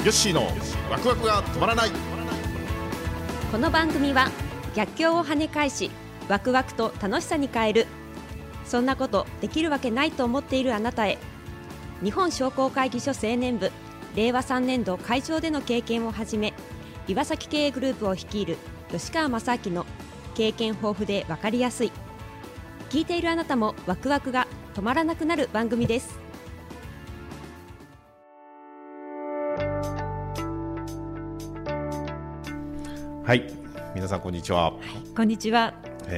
ヨッシーのワクワクが止まらない。 この番組は逆境を跳ね返しワクワクと楽しさに変える、そんなことできるわけないと思っているあなたへ、日本商工会議所青年部令和3年度会長での経験をはじめ、岩崎経営グループを率いる吉川正明の経験豊富で分かりやすい、聞いているあなたもワクワクが止まらなくなる番組です。 はい、皆さんこんにちは。 こんにちは。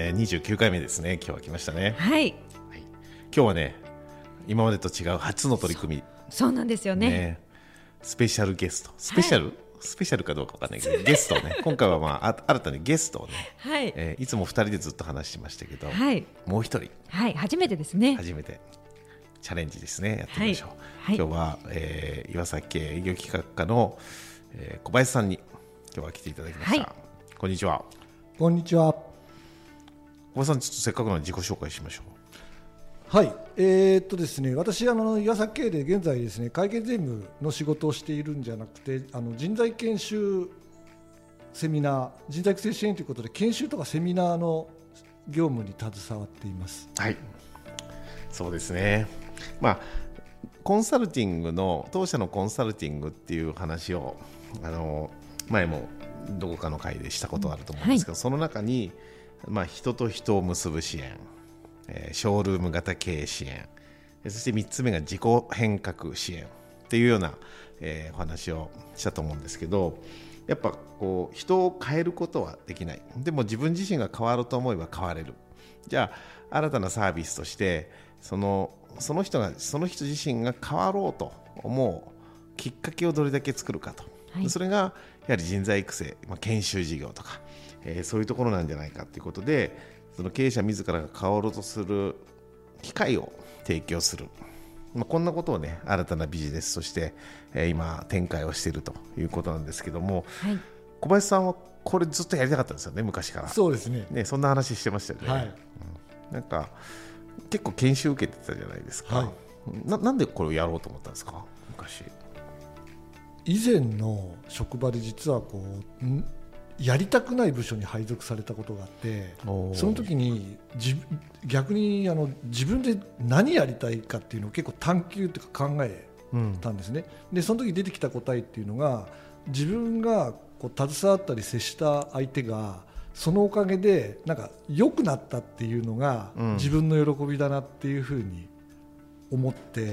29回目ですね。今日は来ましたね。 はい、 今日はね、今までと違う初の取り組み。 そうなんですよね。 スペシャルゲスト、スペシャルかどうかわかんないけどゲストをね、今回は新たにゲストをね、 はい、 いつも2人でずっと話してましたけど、 はい、 もう一人、 はい、初めてですね。 初めてチャレンジですね。やってみましょう。 はい、 今日は、岩崎営業企画課の、小林さんに今日は来ていただきました。はい、こんにちは。 こんにちは。 小林さん、ちょっとせっかくなので自己紹介しましょう。 はい、ですね、私岩崎系で現在ですね、会計税務の仕事をしているんじゃなくて、人材研修セミナー、人材育成支援ということで研修とかセミナーの業務に携わっています。 はい、そうですね。コンサルティングの当社のコンサルティングっていう話を前もどこかの会でしたことがあると思うんですけど、はい、その中に、人と人を結ぶ支援、ショールーム型経営支援、そして3つ目が自己変革支援っていうような、お話をしたと思うんですけど、やっぱこう人を変えることはできない。でも自分自身が変わろうと思えば変われる。じゃあ新たなサービスとしてその人自身が変わろうと思うきっかけをどれだけ作るかと、はい、それがやはり人材育成、研修事業とか、そういうところなんじゃないかということで、その経営者自らが変わろうとする機会を提供する、こんなことをね、新たなビジネスとして、今展開をしているということなんですけども、はい、小林さんはこれずっとやりたかったんですよね、昔から。 そうですね。 そんな話してましたよね。はい、なんか結構研修受けてたじゃないですか。はい、なんでこれをやろうと思ったんですか、昔。 以前の職場で実はやりたくない部署に配属されたことがあって、その時に逆に自分で何やりたいかっていうのを結構探求というか考えたんですね。でその時出てきた答えっていうのが、自分が携わったり接した相手がそのおかげでなんか良くなったっていうのが自分の喜びだなっていうふうに思って、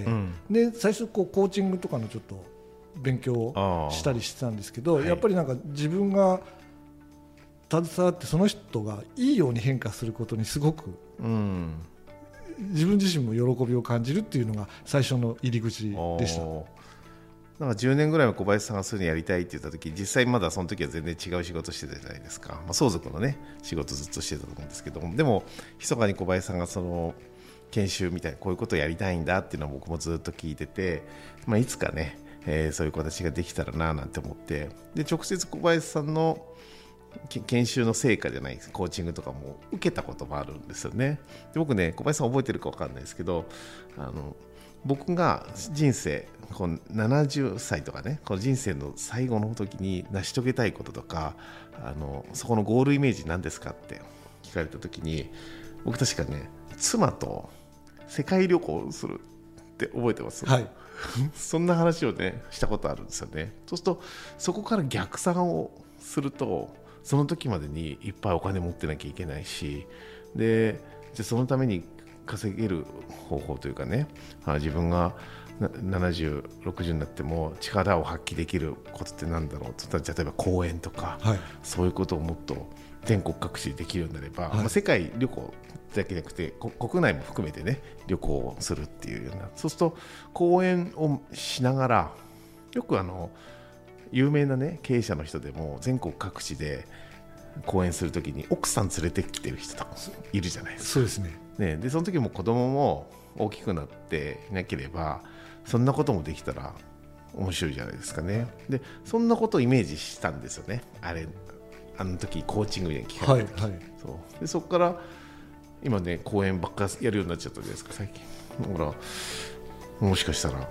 で最初コーチングとかのちょっと勉強をしたりしてたんですけど、やっぱりなんか自分が携わってその人がいいように変化することにすごく、自分自身も喜びを感じるっていうのが最初の入り口でした。 なんか10年ぐらいは小林さんがそういうのやりたいって言った時、実際まだその時は全然違う仕事してたじゃないですか。相続のね仕事ずっとしてたと思うんですけども、でも密かに小林さんがその研修みたいなこういうことをやりたいんだっていうのは僕もずっと聞いてて、いつかね、そういう形ができたらななんて思って、で直接小林さんの研修の成果じゃないコーチングとかも受けたこともあるんですよね。で僕ね、小林さん覚えてるか分かんないですけど、僕が人生この70歳とかね、この人生の最後の時に成し遂げたいこととか、そこのゴールイメージ何ですかって聞かれた時に、僕確かね、妻と世界旅行をするって覚えてます、 はい、 そんな話をねしたことあるんですよね。そうするとそこから逆算をすると、その時までにいっぱいお金持ってなきゃいけないし、でじゃあそのために稼げる方法というかね、自分が70、60になっても力を発揮できることってなんだろうと、例えば講演とか、はい、そういうことをもっと全国各地でできるようになれば、はい、世界旅行だけじゃなくて国内も含めてね旅行をするっていうような、そうすると講演をしながら、よく有名なね経営者の人でも全国各地で講演するときに奥さん連れてきてる人とかいるじゃないですか。 そうですね。 でその時も子供も大きくなっていなければ、そんなこともできたら面白いじゃないですかね。でそんなことをイメージしたんですよね。あの時コーチングで聞かれた時、はいはい、そこから今ね講演ばっかやるようになっちゃったじゃないですか最近。だからもしかしたら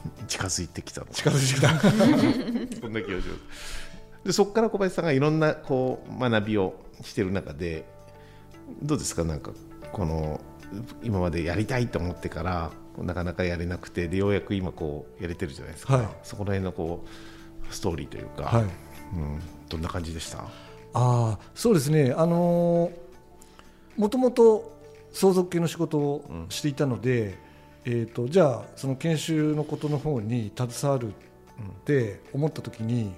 近づいてきた近づいてきたそんな気がします。でそこから小林さんがいろんなこう学びをしている中でどうですか、なんかこの今までやりたいと思ってからなかなかやれなくて、でようやく今こうやれてるじゃないですか、そこら辺のこうストーリーというか、どんな感じでした？ そうですね、もともと相続系の仕事をしていたので、じゃあその研修のことの方に携わるって思った時に、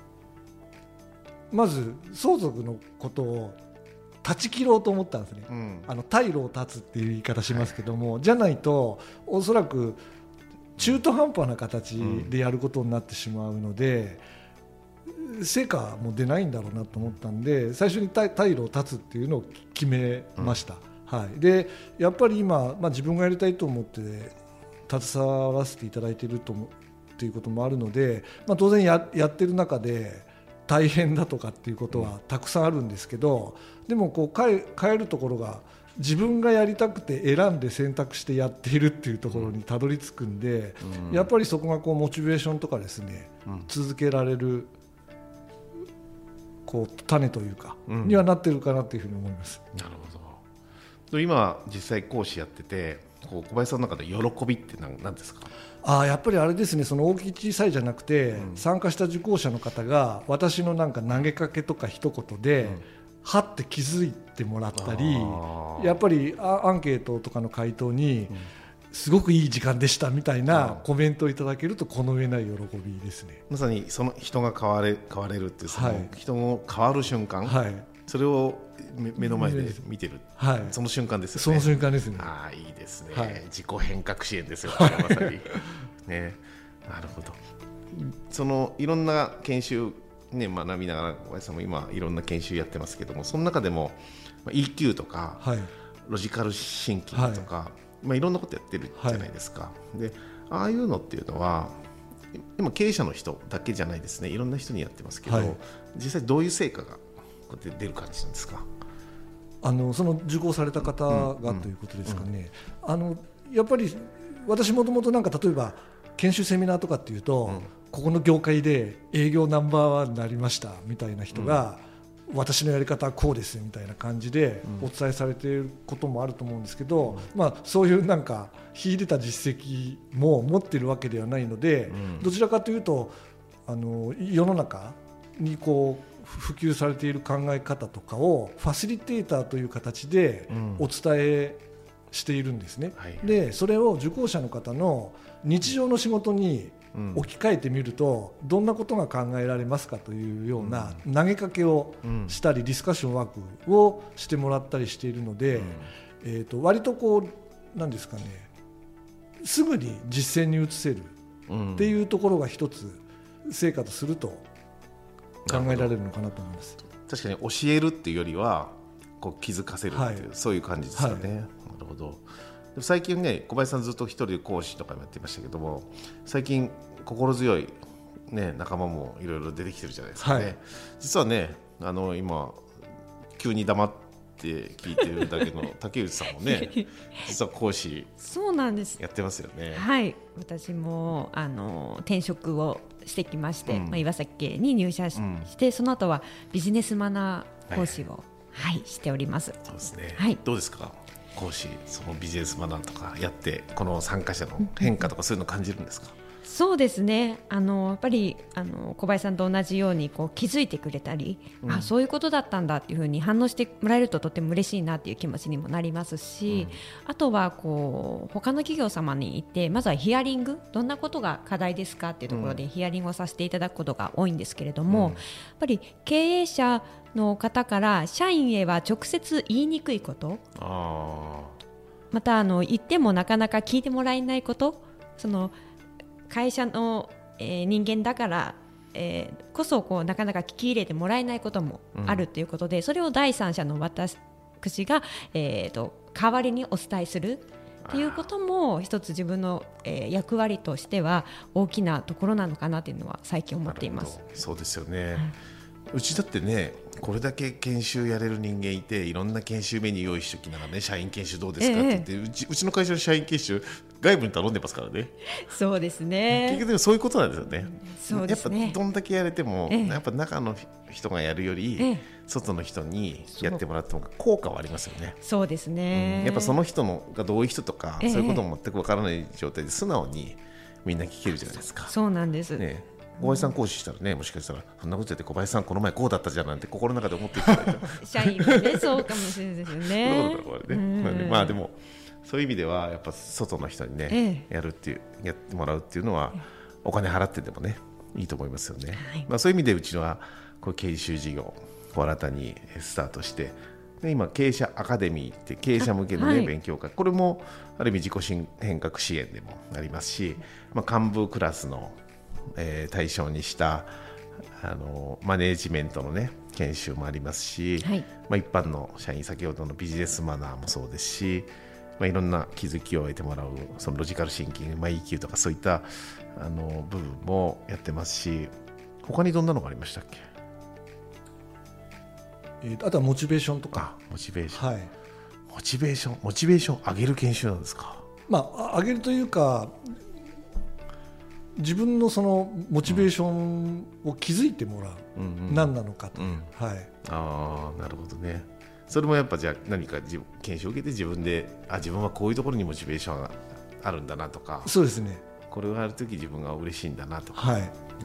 まず相続のことを断ち切ろうと思ったんですね、退路を断つっていう言い方しますけども、じゃないとおそらく中途半端な形でやることになってしまうので、成果も出ないんだろうなと思ったんで、最初に退路を断つっていうのを決めました、でやっぱり今、自分がやりたいと思って携わらせていただいているっていうこともあるので、当然 やってる中で大変だとかっていうことはたくさんあるんですけど、でもこう変えるところが自分がやりたくて選んで選択してやっているっていうところにたどり着くんで、やっぱりそこがこうモチベーションとかですね、続けられるこう種というか、にはなってるかなというふうに思います。 なるほど。今実際講師やってて、こう小林さんの中で喜びって何ですか？ やっぱりあれですね、その大きい小さいじゃなくて、参加した受講者の方が私のなんか投げかけとか一言で、はって気づいてもらったり、やっぱりアンケートとかの回答に、すごくいい時間でしたみたいなコメントをいただけるとこの上ない喜びですね。 まさにその人が変われるっていう、その人が変わる瞬間、それを目の前で見てる、その瞬間ですよね。 その瞬間ですね。 いいですね、自己変革支援ですよ、まさにね。なるほど。そのいろんな研修、学びながら小林さんも今いろんな研修やってますけども、その中でも EQ とか、ロジカルシンキングとか、いろんなことやってるじゃないですか、でああいうのっていうのは今経営者の人だけじゃないですね、いろんな人にやってますけど、実際どういう成果がこうやって出る感じなんですか？ その受講された方がということですかね。やっぱり私もともとなんか例えば研修セミナーとかっていうと、ここの業界で営業ナンバーワンになりましたみたいな人が、私のやり方はこうですみたいな感じでお伝えされていることもあると思うんですけど、そういうなんか秀でた実績も持っているわけではないので、どちらかというと世の中にこう普及されている考え方とかをファシリテーターという形でお伝えしているんですね、でそれを受講者の方の日常の仕事に置き換えてみるとどんなことが考えられますかというような投げかけをしたりディスカッションワークをしてもらったりしているので、割とこうなんですかね、すぐに実践に移せるっていうところが一つ成果とすると考えられるのかなと思います。 確かに教えるっていうよりはこう気づかせるっていう、そういう感じですよね、なるほど。最近ね、小林さんずっと一人で講師とかもやってましたけども、最近心強い、仲間もいろいろ出てきてるじゃないですかね、実はね、今急に黙って聞いてるだけの竹内さんもね実は講師そうなんですやってますよね。 私も転職をしてきまして、岩崎系に入社して、その後はビジネスマナー講師を、しております。 そうですね、どうですか講師、そのビジネスマナーとかやってこの参加者の変化とかそういうの感じるんですか？ そうですね、やっぱり小林さんと同じようにこう気づいてくれたり、そういうことだったんだっていうふうに反応してもらえるととても嬉しいなっていう気持ちにもなりますし、あとはこう他の企業様に行ってまずはヒアリング、どんなことが課題ですかっていうところでヒアリングをさせていただくことが多いんですけれども、やっぱり経営者の方から社員へは直接言いにくいこと、また言ってもなかなか聞いてもらえないこと、その会社の、人間だから、こそこうなかなか聞き入れてもらえないこともあるということで、それを第三者の私が、代わりにお伝えするっていうことも一つ自分の、役割としては大きなところなのかなというのは最近思っています。 そうですよね、 うちだってねこれだけ研修やれる人間いていろんな研修メニュー用意しておきながらね社員研修どうですかって言って、うちの会社の社員研修外部に頼んでますからね。 そうですね。 結局でもそういうことなんですよね。 そうですね。 やっぱどんだけやれても、やっぱ中の人がやるより、外の人にやってもらった方が効果はありますよね。 そうですね、 やっぱその人のがどういう人とか、そういうことも全くわからない状態で素直にみんな聞けるじゃないですか。 そうなんです、 ね、小林さん講師したらね、もしかしたらそんなこと言って小林さんこの前こうだったじゃんなんて心の中で思っていただいた社員もねそうかもしれないですよね。 まあでもそういう意味ではやっぱ外の人にね、やってもらうっていうのはお金払ってでもねいいと思いますよね。まあ、そういう意味でうちはこう研修事業を新たにスタートしてで今経営者アカデミーって経営者向けの、勉強会これもある意味自己変革支援でもありますし、幹部クラスの、対象にしたマネージメントの、研修もありますし、一般の社員先ほどのビジネスマナーもそうですし、いろんな気づきを得てもらうそのロジカルシンキング、EQ とかそういった部分もやってますし、他にどんなのがありましたっけ？ あとはモチベーションとか。 モチベーション、モチベーション上げる研修なんですか？ 上げるというか自分のそのモチベーションを気づいてもらう、何なのかと、 ああなるほどね。それもやっぱじゃあ何か研修を受けて自分で自分はこういうところにモチベーションがあるんだなとか、 そうですね、 これをやるとき自分が嬉しいんだなとか、わ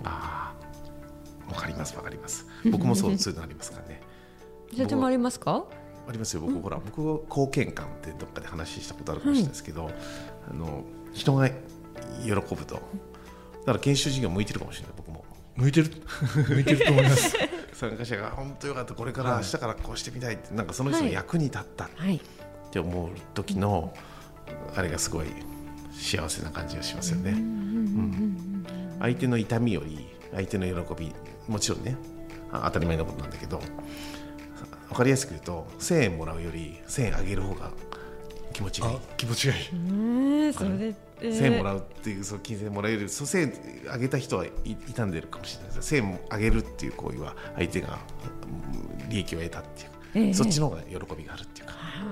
かります僕もそういうのありますからね。 社長もありますか？ ありますよ。僕は貢献感ってどっかで話したことあるかもしれないですけど、人が喜ぶとだから研修事業向いてるかもしれない。僕も向いてると思います参加者が本当よかった、これから明日からこうしてみたいって、なんかその人の役に立ったって思う時のあれがすごい幸せな感じがしますよね。相手の痛みより相手の喜び、もちろんね当たり前のことなんだけど、分かりやすく言うと1000円もらうより1000円あげる方が気持ちがいい。 気持ちがいい。 それ 1000円もらうっていう、その金銭もらえるより1000円あげた人は傷んでるかもしれないです。1000円あげるっていう行為は相手が利益を得たっていう、そっちの方が喜びがあるっていうか、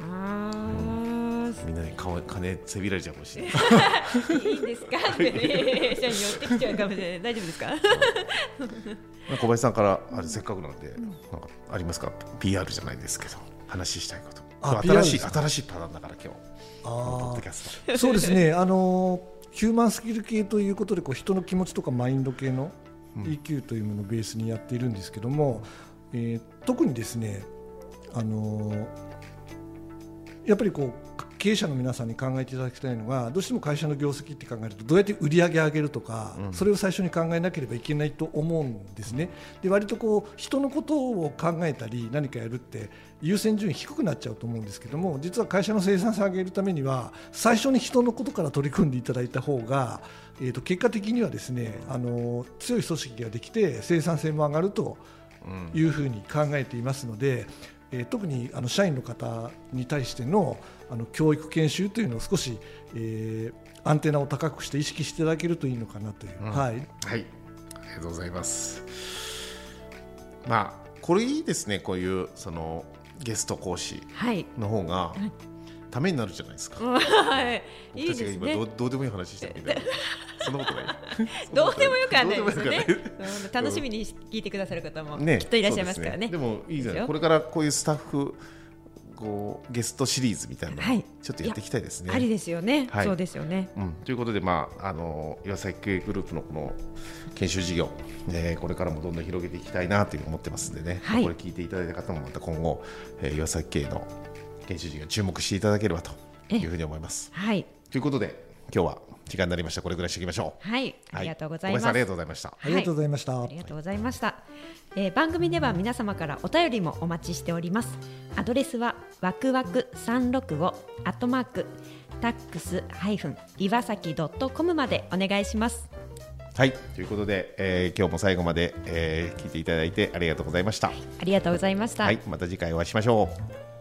みんなに金せびられちゃうかもしれないいいんですかってね、社員寄ってきちゃうかもしれない。大丈夫ですか？ 小林さんからせっかくなんで、なんかありますか？ PR じゃないですけど話したいこと。新しいパターンだから今日ポッドキャスト。 そうですね、ヒューマンスキル系ということで人の気持ちとかマインド系の EQ というものをベースにやっているんですけども、特にですね、やっぱり経営者の皆さんに考えていただきたいのが、どうしても会社の業績って考えるとどうやって売り上げ上げるとか、それを最初に考えなければいけないと思うんですね。で割と人のことを考えたり何かやるって優先順位低くなっちゃうと思うんですけども、実は会社の生産性を上げるためには最初に人のことから取り組んでいただいた方が、結果的にはですね、強い組織ができて生産性も上がるというふうに考えていますので、特に社員の方に対しての教育研修というのを少し、アンテナを高くして意識していただけるといいのかなという、 はい、ありがとうございます。これいいですね。こういうそのゲスト講師の方がためになるじゃないですか。僕たちが今どうでもいい話してるみたいなそんなことないどうでもよくはないですよね。楽しみに聞いてくださる方もきっといらっしゃいますからね。 でもいいじゃない。これからこういうスタッフゲストシリーズみたいなのちょっとやっていきたいですね。 ありですよね。そうですよね。 ということで、岩崎経営グループのこの研修事業、これからもどんどん広げていきたいなという思ってますんでね、これ聞いていただいた方もまた今後、岩崎経営の研修事業注目していただければというふうに思います。ということで今日は時間になりました。これぐらいしておきましょう。 ありがとうございます。 ありがとうございました。 ありがとうございました。 ありがとうございました。番組では皆様からお便りもお待ちしております。アドレスはわくわく365@tax-iwasaki.com までお願いします。 はい、ということで、今日も最後まで、聞いていただいてありがとうございました。 ありがとうございました。 また次回お会いしましょう。